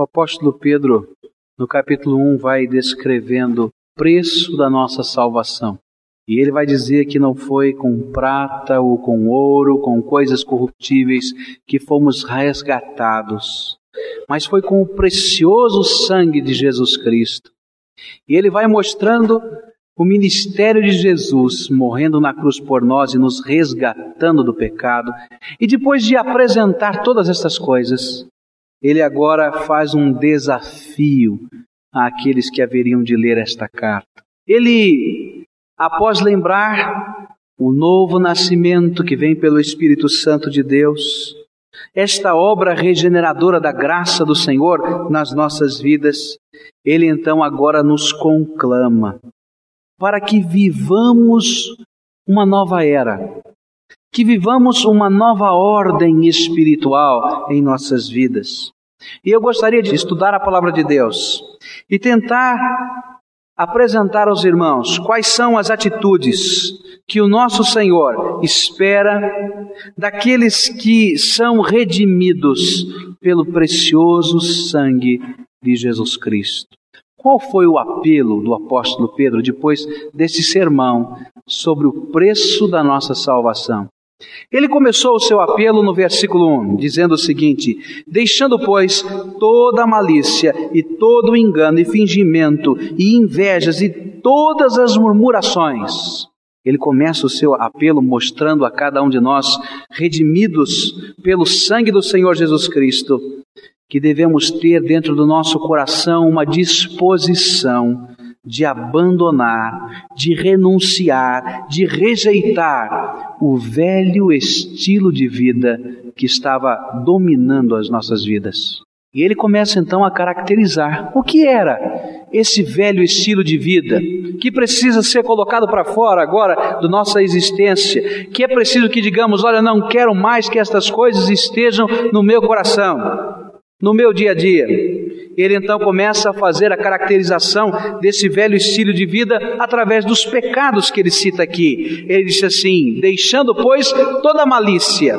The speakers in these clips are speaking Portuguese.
O apóstolo Pedro, no capítulo 1, vai descrevendo o preço da nossa salvação. E ele vai dizer que não foi com prata ou com ouro, com coisas corruptíveis que fomos resgatados, mas foi com o precioso sangue de Jesus Cristo. E ele vai mostrando o ministério de Jesus, morrendo na cruz por nós e nos resgatando do pecado. E depois de apresentar todas estas coisas, ele agora faz um desafio àqueles que haveriam de ler esta carta. Ele, após lembrar o novo nascimento que vem pelo Espírito Santo de Deus, esta obra regeneradora da graça do Senhor nas nossas vidas, ele então agora nos conclama para que vivamos uma nova era, que vivamos uma nova ordem espiritual em nossas vidas. E eu gostaria de estudar a palavra de Deus e tentar apresentar aos irmãos quais são as atitudes que o nosso Senhor espera daqueles que são redimidos pelo precioso sangue de Jesus Cristo. Qual foi o apelo do apóstolo Pedro depois desse sermão sobre o preço da nossa salvação? Ele começou o seu apelo no versículo 1, dizendo o seguinte: deixando, pois, toda a malícia e todo o engano e fingimento e invejas e todas as murmurações. Ele começa o seu apelo mostrando a cada um de nós, redimidos pelo sangue do Senhor Jesus Cristo, que devemos ter dentro do nosso coração uma disposição de abandonar, de renunciar, de rejeitar o velho estilo de vida que estava dominando as nossas vidas. E ele começa então a caracterizar o que era esse velho estilo de vida, que precisa ser colocado para fora agora da nossa existência, que é preciso que digamos: olha, não quero mais que estas coisas estejam no meu coração, no meu dia a dia. Ele então começa a fazer a caracterização desse velho estilo de vida através dos pecados que ele cita aqui. Ele diz assim: deixando, pois, toda malícia,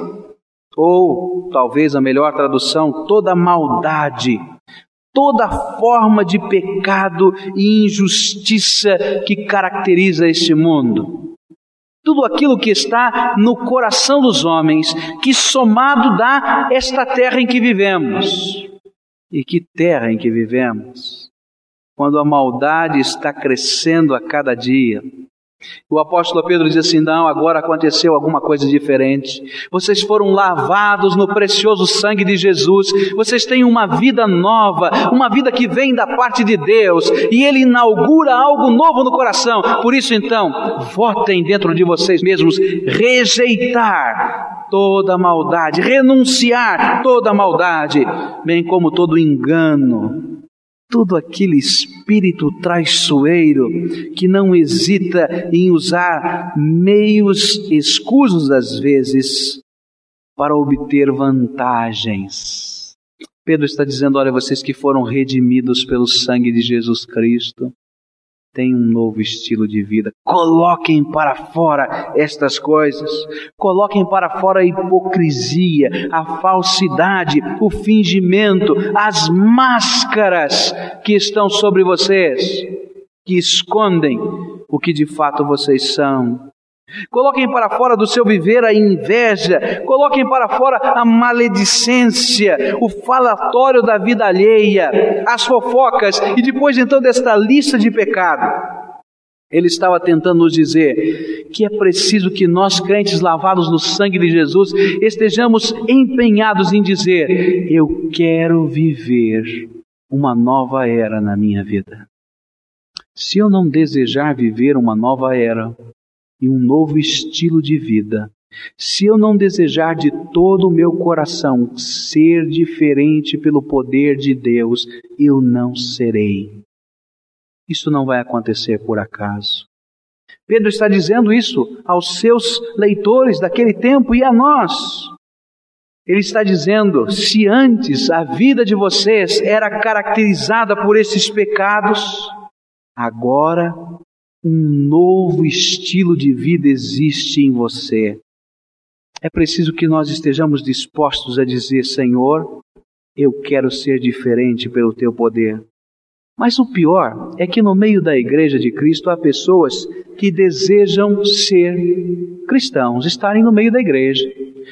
ou talvez a melhor tradução, toda maldade, toda forma de pecado e injustiça que caracteriza este mundo. Tudo aquilo que está no coração dos homens, que somado dá esta terra em que vivemos. E que terra em que vivemos, quando a maldade está crescendo a cada dia. O apóstolo Pedro diz assim: não, agora aconteceu alguma coisa diferente. Vocês foram lavados no precioso sangue de Jesus. Vocês têm uma vida nova, uma vida que vem da parte de Deus. E Ele inaugura algo novo no coração. Por isso então, votem dentro de vocês mesmos, rejeitar toda a maldade, renunciar toda a maldade, bem como todo engano. Todo aquele espírito traiçoeiro que não hesita em usar meios escusos às vezes para obter vantagens. Pedro está dizendo: olha, vocês que foram redimidos pelo sangue de Jesus Cristo, têm um novo estilo de vida. Coloquem para fora estas coisas. Coloquem para fora a hipocrisia, a falsidade, o fingimento, as máscaras que estão sobre vocês, que escondem o que de fato vocês são. Coloquem para fora do seu viver a inveja, coloquem para fora a maledicência, o falatório da vida alheia, as fofocas, e depois então desta lista de pecado, ele estava tentando nos dizer que é preciso que nós, crentes lavados no sangue de Jesus, estejamos empenhados em dizer: eu quero viver uma nova era na minha vida. Se eu não desejar viver uma nova era e um novo estilo de vida, se eu não desejar de todo o meu coração ser diferente pelo poder de Deus, eu não serei. Isso não vai acontecer por acaso. Pedro está dizendo isso aos seus leitores daquele tempo e a nós. Ele está dizendo: se antes a vida de vocês era caracterizada por esses pecados, agora um novo estilo de vida existe em você. É preciso que nós estejamos dispostos a dizer: Senhor, Eu quero ser diferente pelo teu poder. Mas o pior é que no meio da igreja de Cristo há pessoas que desejam ser cristãos, estarem no meio da igreja.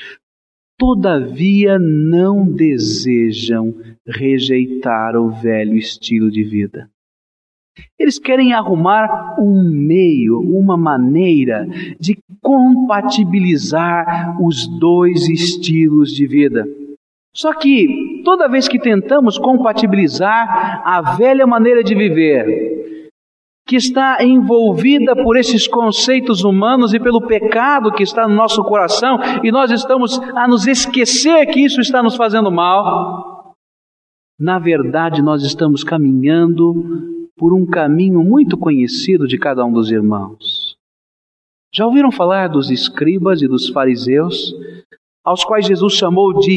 Todavia não desejam rejeitar o velho estilo de vida. Eles querem arrumar um meio, uma maneira de compatibilizar os dois estilos de vida. Só que toda vez que tentamos compatibilizar a velha maneira de viver, que está envolvida por esses conceitos humanos e pelo pecado que está no nosso coração, e nós estamos a nos esquecer que isso está nos fazendo mal, na verdade nós estamos caminhando por um caminho muito conhecido de cada um dos irmãos. Já ouviram falar dos escribas e dos fariseus, aos quais Jesus chamou de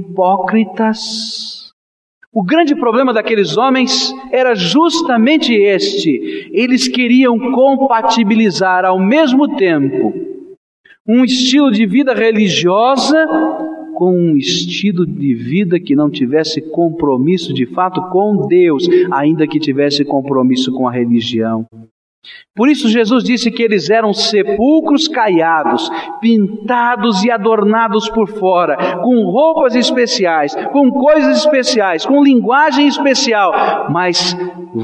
hipócritas? O grande problema daqueles homens era justamente este. Eles queriam compatibilizar ao mesmo tempo um estilo de vida religiosa com um estilo de vida que não tivesse compromisso de fato com Deus, ainda que tivesse compromisso com a religião. Por isso Jesus disse que eles eram sepulcros caiados, pintados e adornados por fora, com roupas especiais, com coisas especiais, com linguagem especial, mas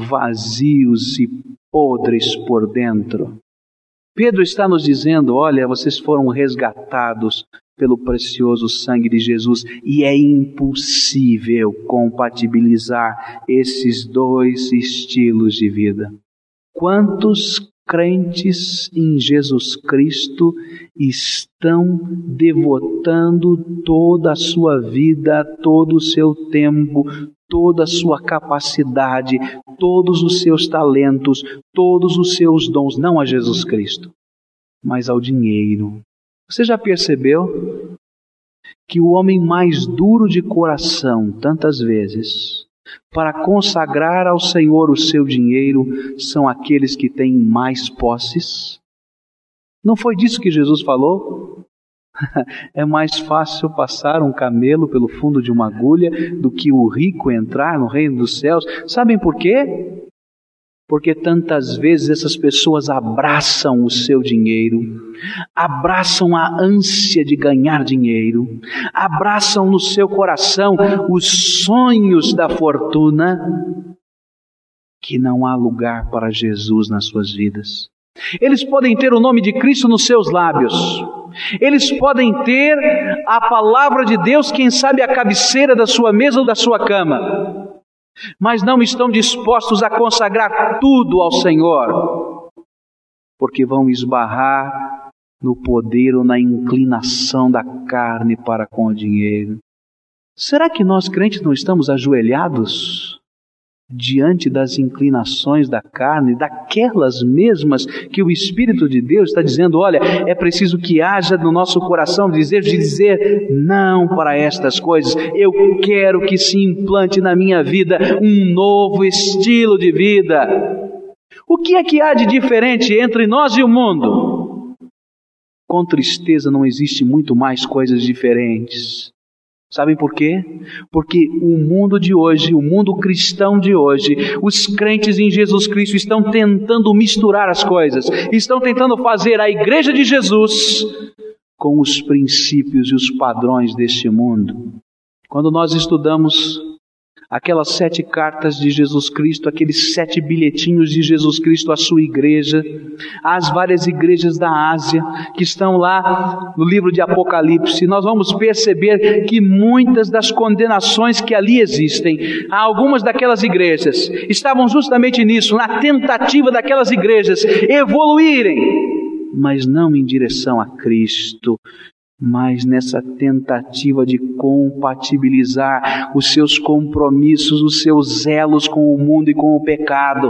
vazios e podres por dentro. Pedro está nos dizendo, olha, vocês foram resgatados pelo precioso sangue de Jesus, e é impossível compatibilizar esses dois estilos de vida. Quantos crentes em Jesus Cristo estão devotando toda a sua vida, todo o seu tempo, toda a sua capacidade, todos os seus talentos, todos os seus dons, não a Jesus Cristo, mas ao dinheiro. Você já percebeu que o homem mais duro de coração, tantas vezes, para consagrar ao Senhor o seu dinheiro, são aqueles que têm mais posses? Não foi disso que Jesus falou? É mais fácil passar um camelo pelo fundo de uma agulha do que o rico entrar no reino dos céus. Sabem por quê? Porque tantas vezes essas pessoas abraçam o seu dinheiro, abraçam a ânsia de ganhar dinheiro, abraçam no seu coração os sonhos da fortuna, que não há lugar para Jesus nas suas vidas. Eles podem ter o nome de Cristo nos seus lábios, eles podem ter a palavra de Deus, quem sabe a cabeceira da sua mesa ou da sua cama, mas não estão dispostos a consagrar tudo ao Senhor, porque vão esbarrar no poder ou na inclinação da carne para com o dinheiro. Será que nós crentes não estamos ajoelhados diante das inclinações da carne, daquelas mesmas que o Espírito de Deus está dizendo, olha, é preciso que haja no nosso coração desejo de dizer não para estas coisas, eu quero que se implante na minha vida um novo estilo de vida. O que é que há de diferente entre nós e o mundo? Com tristeza não existe muito mais coisas diferentes. Sabem por quê? Porque o mundo de hoje, o mundo cristão de hoje, os crentes em Jesus Cristo estão tentando misturar as coisas, estão tentando fazer a igreja de Jesus com os princípios e os padrões deste mundo. Quando nós estudamos aquelas 7 cartas de Jesus Cristo, aqueles 7 bilhetinhos de Jesus Cristo à sua igreja, às várias igrejas da Ásia, que estão lá no livro de Apocalipse, nós vamos perceber que muitas das condenações que ali existem, a algumas daquelas igrejas, estavam justamente nisso, na tentativa daquelas igrejas evoluírem, mas não em direção a Cristo, mas nessa tentativa de compatibilizar os seus compromissos, os seus zelos com o mundo e com o pecado.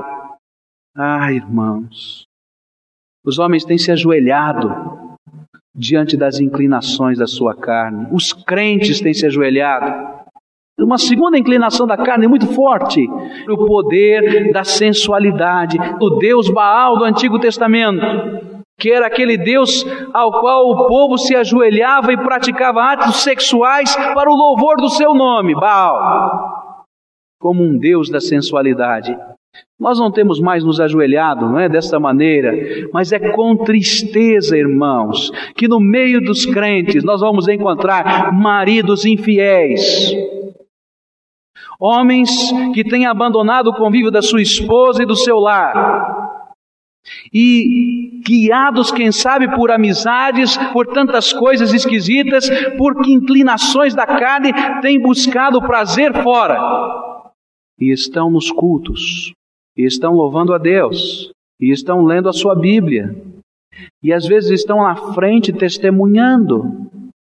Ah, irmãos, os homens têm se ajoelhado diante das inclinações da sua carne. Os crentes têm se ajoelhado. Uma segunda inclinação da carne muito forte, o poder da sensualidade, do Deus Baal do Antigo Testamento. que era aquele Deus ao qual o povo se ajoelhava e praticava atos sexuais para o louvor do seu nome, Baal, como um Deus da sensualidade. Nós não temos mais nos ajoelhado, não é dessa maneira, mas é com tristeza, irmãos, que no meio dos crentes nós vamos encontrar maridos infiéis, homens que têm abandonado o convívio da sua esposa e do seu lar, e guiados, quem sabe, por amizades, por tantas coisas esquisitas, por inclinações da carne, têm buscado prazer fora, e estão nos cultos, e estão louvando a Deus, e estão lendo a sua Bíblia, e às vezes estão na frente testemunhando.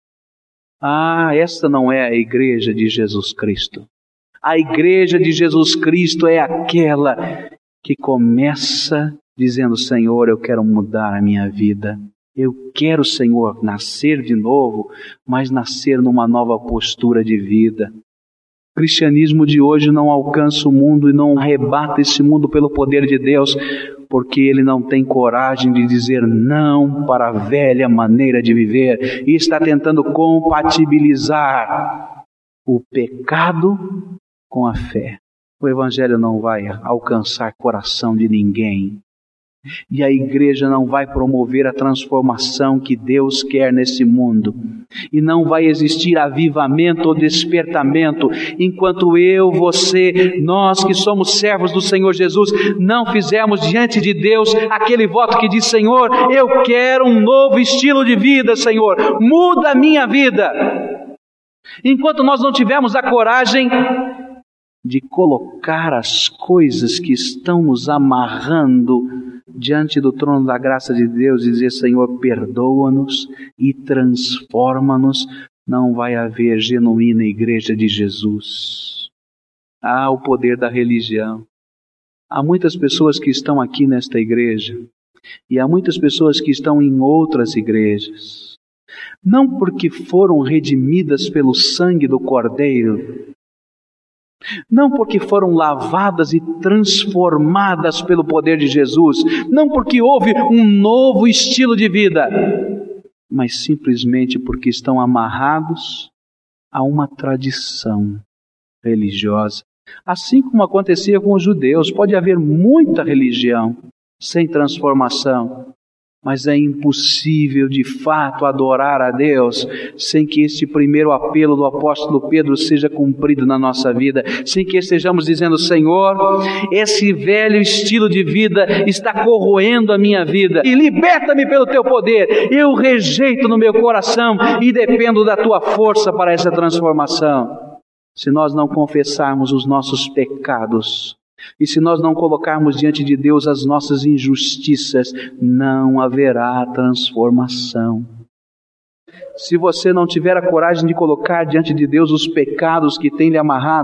Esta não é a igreja de Jesus Cristo. A igreja de Jesus Cristo é aquela que começa dizendo: Senhor, eu quero mudar a minha vida. Eu quero, Senhor, nascer de novo, mas nascer numa nova postura de vida. O cristianismo de hoje não alcança o mundo e não arrebata esse mundo pelo poder de Deus, porque ele não tem coragem de dizer não para a velha maneira de viver e está tentando compatibilizar o pecado com a fé. O evangelho não vai alcançar coração de ninguém. E a igreja não vai promover a transformação que Deus quer nesse mundo. E não vai existir avivamento ou despertamento enquanto eu, você, nós que somos servos do Senhor Jesus, não fizermos diante de Deus aquele voto que diz: Senhor, eu quero um novo estilo de vida, Senhor, muda a minha vida. Enquanto nós não tivermos a coragem de colocar as coisas que estão nos amarrando diante do trono da graça de Deus e dizer: Senhor, perdoa-nos e transforma-nos, não vai haver genuína igreja de Jesus. O poder da religião. Há muitas pessoas que estão aqui nesta igreja e há muitas pessoas que estão em outras igrejas, não porque foram redimidas pelo sangue do Cordeiro, não porque foram lavadas e transformadas pelo poder de Jesus, não porque houve um novo estilo de vida, mas simplesmente porque estão amarrados a uma tradição religiosa. Assim como acontecia com os judeus, pode haver muita religião sem transformação, mas é impossível de fato adorar a Deus sem que este primeiro apelo do apóstolo Pedro seja cumprido na nossa vida, sem que estejamos dizendo: Senhor, esse velho estilo de vida está corroendo a minha vida e liberta-me pelo teu poder. Eu rejeito no meu coração e dependo da tua força para essa transformação. Se nós não confessarmos os nossos pecados, e se nós não colocarmos diante de Deus as nossas injustiças, não haverá transformação. Se você não tiver a coragem de colocar diante de Deus os pecados que tem lhe amarrado,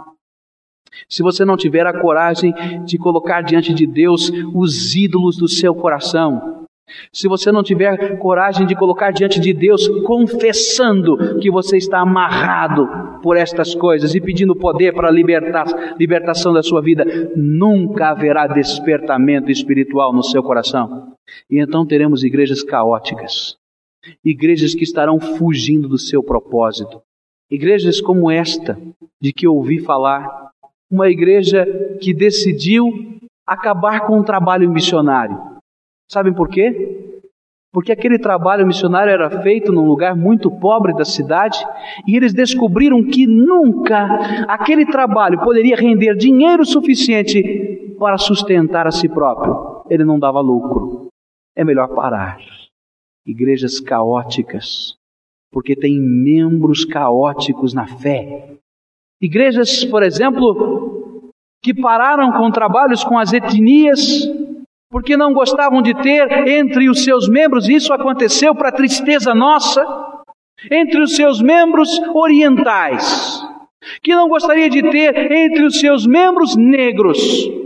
se você não tiver a coragem de colocar diante de Deus os ídolos do seu coração, se você não tiver coragem de colocar diante de Deus, confessando que você está amarrado por estas coisas e pedindo poder para a libertação da sua vida, nunca haverá despertamento espiritual no seu coração. E então teremos igrejas caóticas, igrejas que estarão fugindo do seu propósito, igrejas como esta de que eu ouvi falar, uma igreja que decidiu acabar com o trabalho missionário. Sabem por quê? Porque aquele trabalho missionário era feito num lugar muito pobre da cidade e eles descobriram que nunca aquele trabalho poderia render dinheiro suficiente para sustentar a si próprio. Ele não dava lucro. É melhor parar. Igrejas caóticas, porque tem membros caóticos na fé. Igrejas, por exemplo, que pararam com trabalhos com as etnias, porque não gostavam de ter entre os seus membros, isso aconteceu para tristeza nossa, entre os seus membros orientais, que não gostaria de ter entre os seus membros negros.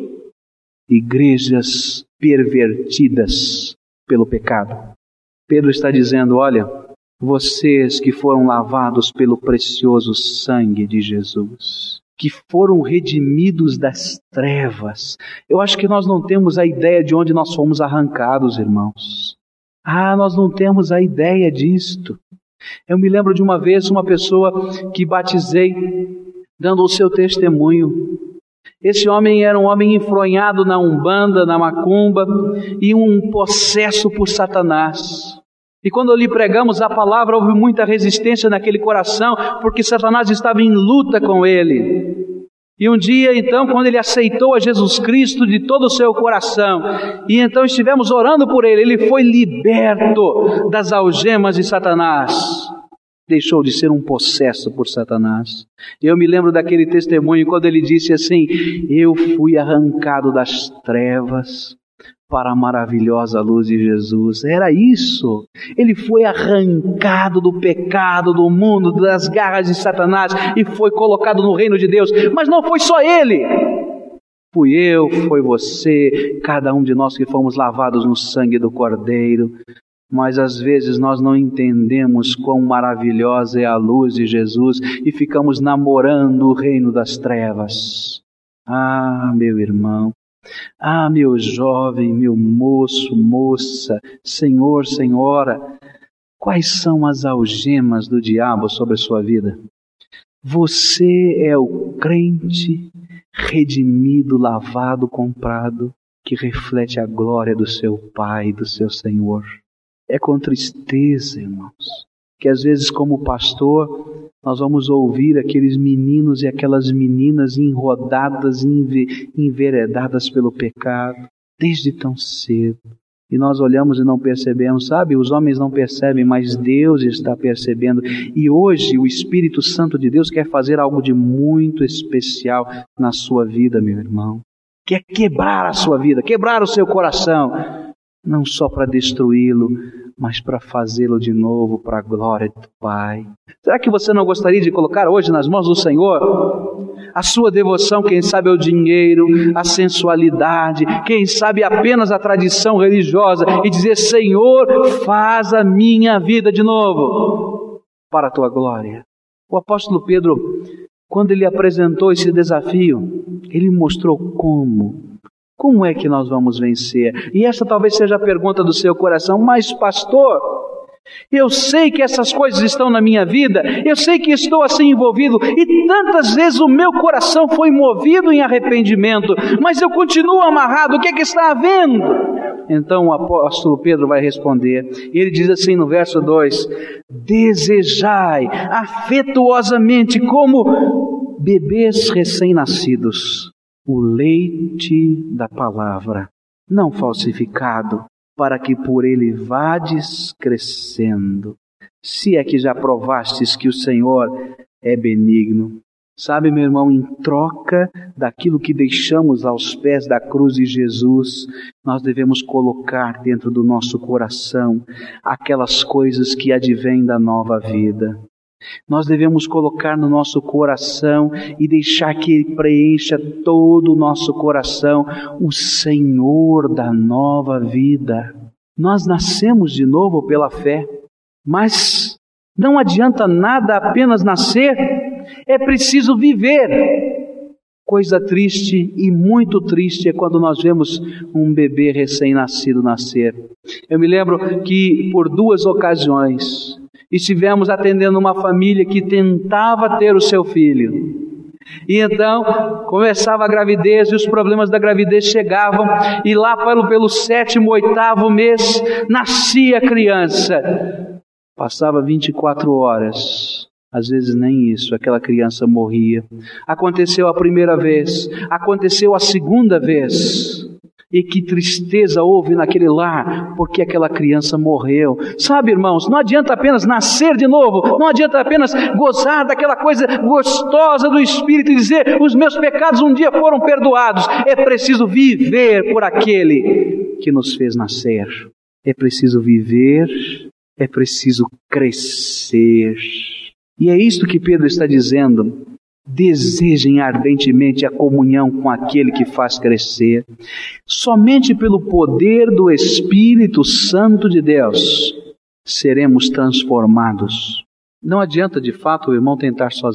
Igrejas pervertidas pelo pecado. Pedro está dizendo: olha, vocês que foram lavados pelo precioso sangue de Jesus, que foram redimidos das trevas. Eu acho que nós não temos a ideia de onde nós fomos arrancados, irmãos. Nós não temos a ideia disto. Eu me lembro de uma vez uma pessoa que batizei, dando o seu testemunho. Esse homem era um homem enfronhado na Umbanda, na Macumba, e um possesso por Satanás. E quando lhe pregamos a palavra, houve muita resistência naquele coração, porque Satanás estava em luta com ele. E um dia, então, quando ele aceitou a Jesus Cristo de todo o seu coração, e então estivemos orando por ele, ele foi liberto das algemas de Satanás. Deixou de ser um possesso por Satanás. Eu me lembro daquele testemunho quando ele disse assim: eu fui arrancado das trevas para a maravilhosa luz de Jesus. Era isso. Ele foi arrancado do pecado, do mundo, das garras de Satanás e foi colocado no reino de Deus. Mas não foi só ele. Fui eu, foi você, cada um de nós que fomos lavados no sangue do Cordeiro. Mas às vezes nós não entendemos quão maravilhosa é a luz de Jesus e ficamos namorando o reino das trevas. Meu irmão, meu jovem, meu moço, moça, senhor, senhora, quais são as algemas do diabo sobre a sua vida? Você é o crente redimido, lavado, comprado, que reflete a glória do seu Pai, do seu Senhor. É com tristeza, irmãos, que às vezes como pastor nós vamos ouvir aqueles meninos e aquelas meninas enrodadas, enveredadas pelo pecado, desde tão cedo. E nós olhamos e não percebemos, sabe? Os homens não percebem, mas Deus está percebendo. E hoje o Espírito Santo de Deus quer fazer algo de muito especial na sua vida, meu irmão. Quer quebrar a sua vida, quebrar o seu coração. Não só para destruí-lo, mas para fazê-lo de novo para a glória do Pai. Será que você não gostaria de colocar hoje nas mãos do Senhor a sua devoção, quem sabe ao dinheiro, à sensualidade, quem sabe apenas a tradição religiosa, e dizer: Senhor, faz a minha vida de novo para a tua glória? O apóstolo Pedro, quando ele apresentou esse desafio, ele mostrou como é que nós vamos vencer? E essa talvez seja a pergunta do seu coração: mas pastor, eu sei que essas coisas estão na minha vida, eu sei que estou assim envolvido, e tantas vezes o meu coração foi movido em arrependimento, mas eu continuo amarrado, o que é que está havendo? Então o apóstolo Pedro vai responder, e ele diz assim no verso 2: desejai afetuosamente como bebês recém-nascidos o leite da palavra, não falsificado, para que por ele vades crescendo, se é que já provastes que o Senhor é benigno. Sabe, meu irmão, em troca daquilo que deixamos aos pés da cruz de Jesus, nós devemos colocar dentro do nosso coração aquelas coisas que advêm da nova vida. Nós devemos colocar no nosso coração e deixar que Ele preencha todo o nosso coração o Senhor da nova vida. Nós nascemos de novo pela fé, mas não adianta nada apenas nascer, é preciso viver. Coisa triste e muito triste é quando nós vemos um bebê recém-nascido nascer. Eu me lembro que por 2 ocasiões estivemos atendendo uma família que tentava ter o seu filho. E então começava a gravidez e os problemas da gravidez chegavam, e lá pelo 7º, 8º mês nascia a criança. Passava 24 horas, às vezes nem isso, aquela criança morria. Aconteceu a primeira vez, aconteceu a segunda vez. E que tristeza houve naquele lar, porque aquela criança morreu. Sabe, irmãos, não adianta apenas nascer de novo, não adianta apenas gozar daquela coisa gostosa do Espírito e dizer: os meus pecados um dia foram perdoados. É preciso viver por aquele que nos fez nascer. É preciso viver, é preciso crescer. E é isto que Pedro está dizendo. Desejem ardentemente a comunhão com aquele que faz crescer. Somente pelo poder do Espírito Santo de Deus seremos transformados. Não adianta de fato o irmão tentar sozinho.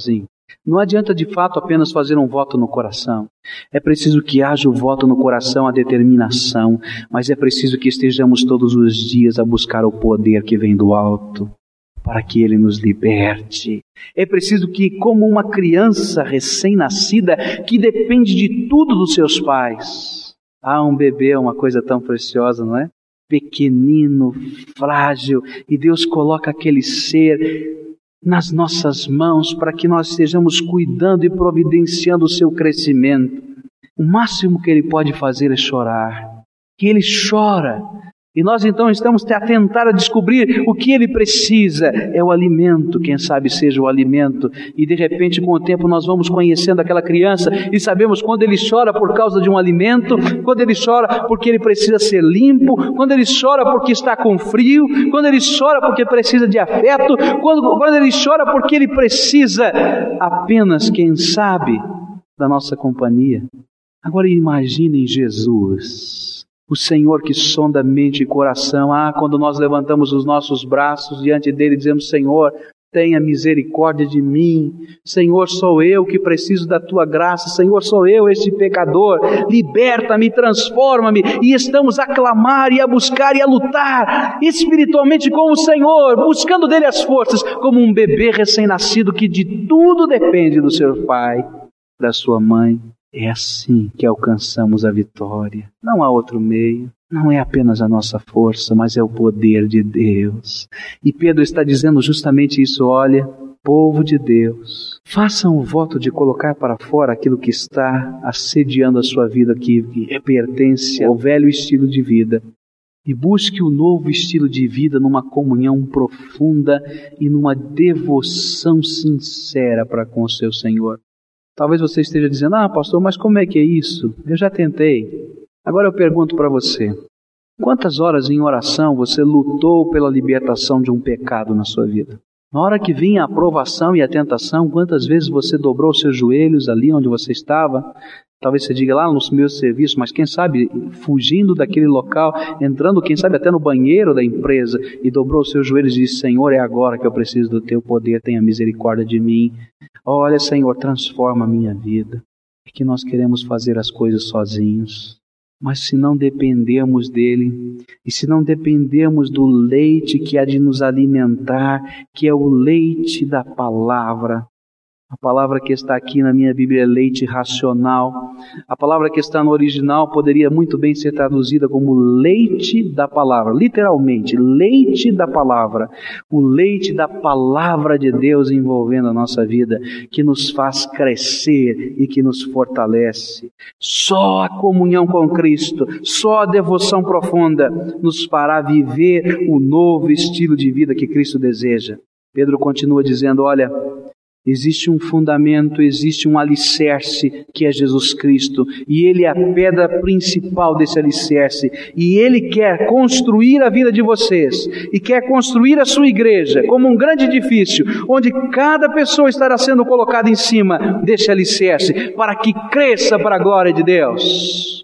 Não adianta de fato apenas fazer um voto no coração. É preciso que haja o voto no coração, a determinação, mas é preciso que estejamos todos os dias a buscar o poder que vem do alto, para que Ele nos liberte. É preciso que, como uma criança recém-nascida, que depende de tudo dos seus pais. Um bebê é uma coisa tão preciosa, não é? Pequenino, frágil, e Deus coloca aquele ser nas nossas mãos para que nós estejamos cuidando e providenciando o seu crescimento. O máximo que Ele pode fazer é chorar. Que Ele chora. E nós então estamos a tentar a descobrir o que ele precisa. É o alimento, quem sabe seja o alimento. E de repente com o tempo nós vamos conhecendo aquela criança e sabemos quando ele chora por causa de um alimento, quando ele chora porque ele precisa ser limpo, quando ele chora porque está com frio, quando ele chora porque precisa de afeto, quando ele chora porque ele precisa apenas, quem sabe, da nossa companhia. Agora imaginem Jesus, o Senhor que sonda mente e coração. Quando nós levantamos os nossos braços diante dele, dizemos: Senhor, tenha misericórdia de mim. Senhor, sou eu que preciso da tua graça. Senhor, sou eu este pecador. Liberta-me, transforma-me. E estamos a clamar e a buscar e a lutar espiritualmente com o Senhor, buscando dele as forças, como um bebê recém-nascido que de tudo depende do seu pai, da sua mãe. É assim que alcançamos a vitória. Não há outro meio. Não é apenas a nossa força, mas é o poder de Deus. E Pedro está dizendo justamente isso. Olha, povo de Deus, façam o voto de colocar para fora aquilo que está assediando a sua vida, que pertence ao velho estilo de vida. E busque o novo estilo de vida numa comunhão profunda e numa devoção sincera para com o seu Senhor. Talvez você esteja dizendo: pastor, mas como é que é isso? Eu já tentei. Agora eu pergunto para você: quantas horas em oração você lutou pela libertação de um pecado na sua vida? Na hora que vinha a provação e a tentação, quantas vezes você dobrou os seus joelhos ali onde você estava? Talvez você diga: lá nos meus serviços, mas quem sabe fugindo daquele local, entrando quem sabe até no banheiro da empresa, e dobrou os seus joelhos e disse: Senhor, é agora que eu preciso do teu poder, tenha misericórdia de mim. Olha, Senhor, transforma a minha vida. É que nós queremos fazer as coisas sozinhos, mas se não dependermos dele, e se não dependermos do leite que há de nos alimentar, que é o leite da palavra. A palavra que está aqui na minha Bíblia é leite racional. A palavra que está no original poderia muito bem ser traduzida como leite da palavra. Literalmente, leite da palavra. O leite da palavra de Deus envolvendo a nossa vida, que nos faz crescer e que nos fortalece. Só a comunhão com Cristo, só a devoção profunda nos fará viver o novo estilo de vida que Cristo deseja. Pedro continua dizendo: olha, existe um fundamento, existe um alicerce que é Jesus Cristo, e Ele é a pedra principal desse alicerce, e Ele quer construir a vida de vocês, e quer construir a sua igreja como um grande edifício, onde cada pessoa estará sendo colocada em cima desse alicerce, para que cresça para a glória de Deus.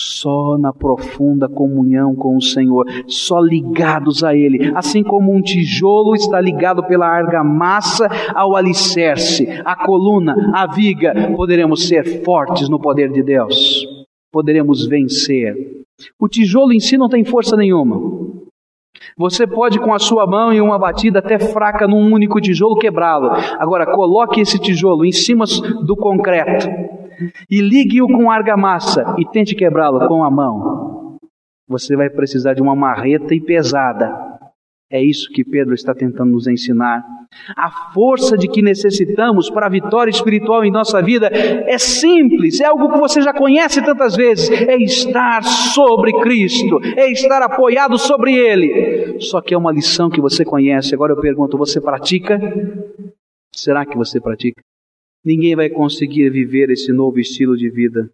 Só na profunda comunhão com o Senhor, só ligados a Ele, assim como um tijolo está ligado pela argamassa ao alicerce, a coluna, a viga, poderemos ser fortes no poder de Deus, poderemos vencer. O tijolo em si não tem força nenhuma. Você pode com a sua mão em uma batida até fraca num único tijolo quebrá-lo. Agora coloque esse tijolo em cima do concreto e ligue-o com argamassa e tente quebrá-lo com a mão. Você vai precisar de uma marreta e pesada. É isso que Pedro está tentando nos ensinar. A força de que necessitamos para a vitória espiritual em nossa vida é simples, é algo que você já conhece tantas vezes. É estar sobre Cristo, é estar apoiado sobre Ele. Só que é uma lição que você conhece. Agora eu pergunto: você pratica? Será que você pratica? Ninguém vai conseguir viver esse novo estilo de vida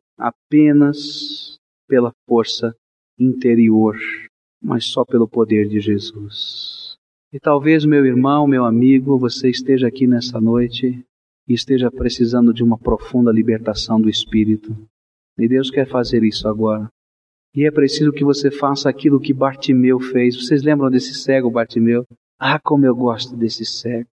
apenas pela força interior, mas só pelo poder de Jesus. E talvez, meu irmão, meu amigo, você esteja aqui nessa noite e esteja precisando de uma profunda libertação do Espírito. E Deus quer fazer isso agora. E é preciso que você faça aquilo que Bartimeu fez. Vocês lembram desse cego, Bartimeu? Como eu gosto desse cego.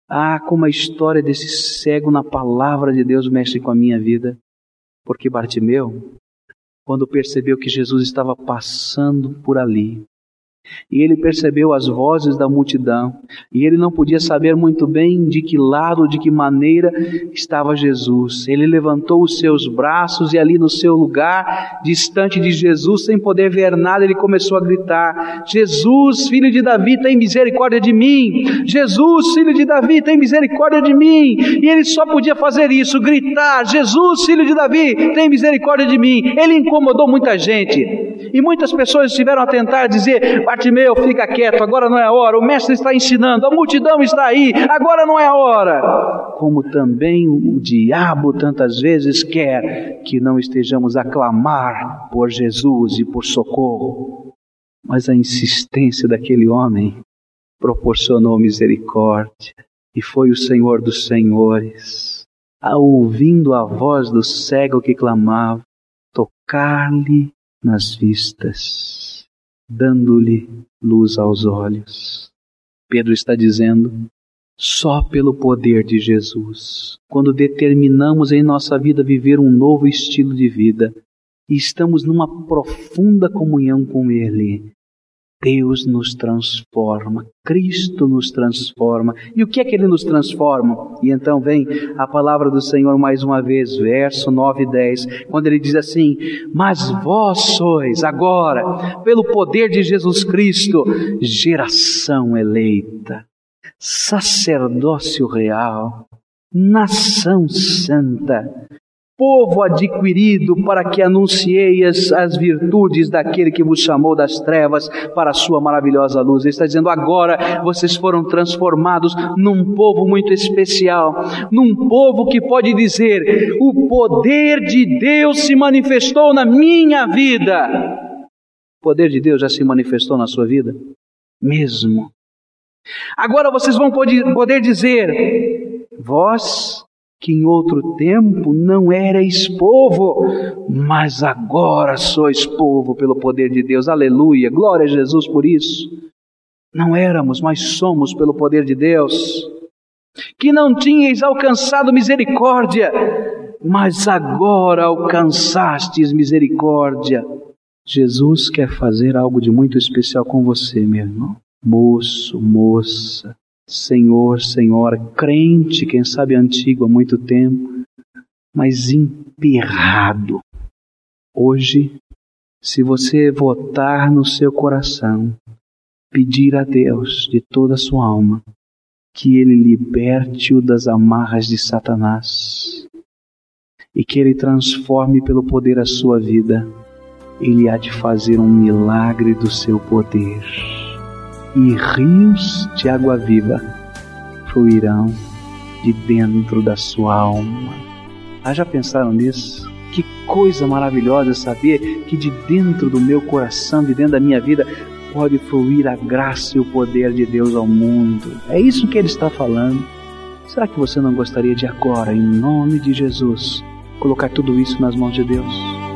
Como a história desse cego na palavra de Deus mexe com a minha vida. Porque Bartimeu, quando percebeu que Jesus estava passando por ali, e ele percebeu as vozes da multidão, e ele não podia saber muito bem de que lado, de que maneira estava Jesus. Ele levantou os seus braços e ali no seu lugar, distante de Jesus, sem poder ver nada, ele começou a gritar: Jesus, filho de Davi, tem misericórdia de mim! Jesus, filho de Davi, tem misericórdia de mim! E ele só podia fazer isso, gritar: Jesus, filho de Davi, tem misericórdia de mim! Ele incomodou muita gente, e muitas pessoas estiveram a tentar dizer: Bartimeu, fica quieto, agora não é a hora, o mestre está ensinando, a multidão está aí, agora não é a hora. Como também o diabo tantas vezes quer que não estejamos a clamar por Jesus e por socorro. Mas a insistência daquele homem proporcionou misericórdia, e foi o Senhor dos Senhores, ouvindo a voz do cego que clamava, tocar-lhe nas vistas, dando-lhe luz aos olhos. Pedro está dizendo: só pelo poder de Jesus, quando determinamos em nossa vida viver um novo estilo de vida e estamos numa profunda comunhão com Ele, Deus nos transforma, Cristo nos transforma. E o que é que Ele nos transforma? E então vem a palavra do Senhor mais uma vez, verso 9 e 10, quando Ele diz assim: mas vós sois agora, pelo poder de Jesus Cristo, geração eleita, sacerdócio real, nação santa, povo adquirido, para que anuncieis as virtudes daquele que vos chamou das trevas para a sua maravilhosa luz. Ele está dizendo: agora vocês foram transformados num povo muito especial, num povo que pode dizer: o poder de Deus se manifestou na minha vida. O poder de Deus já se manifestou na sua vida? Mesmo. Agora vocês vão poder dizer: vós que em outro tempo não erais povo, mas agora sois povo pelo poder de Deus. Aleluia, glória a Jesus por isso. Não éramos, mas somos pelo poder de Deus. Que não tinhais alcançado misericórdia, mas agora alcançastes misericórdia. Jesus quer fazer algo de muito especial com você, meu irmão. Moço, moça, senhor, senhora, crente, quem sabe antigo há muito tempo, mas emperrado. Hoje, se você votar no seu coração, pedir a Deus de toda a sua alma que Ele liberte-o das amarras de Satanás e que Ele transforme pelo poder a sua vida, Ele há de fazer um milagre do seu poder. E rios de água viva fluirão de dentro da sua alma. Já pensaram nisso? Que coisa maravilhosa saber que de dentro do meu coração, de dentro da minha vida, pode fluir a graça e o poder de Deus ao mundo. É isso que Ele está falando. Será que você não gostaria de agora, em nome de Jesus, colocar tudo isso nas mãos de Deus?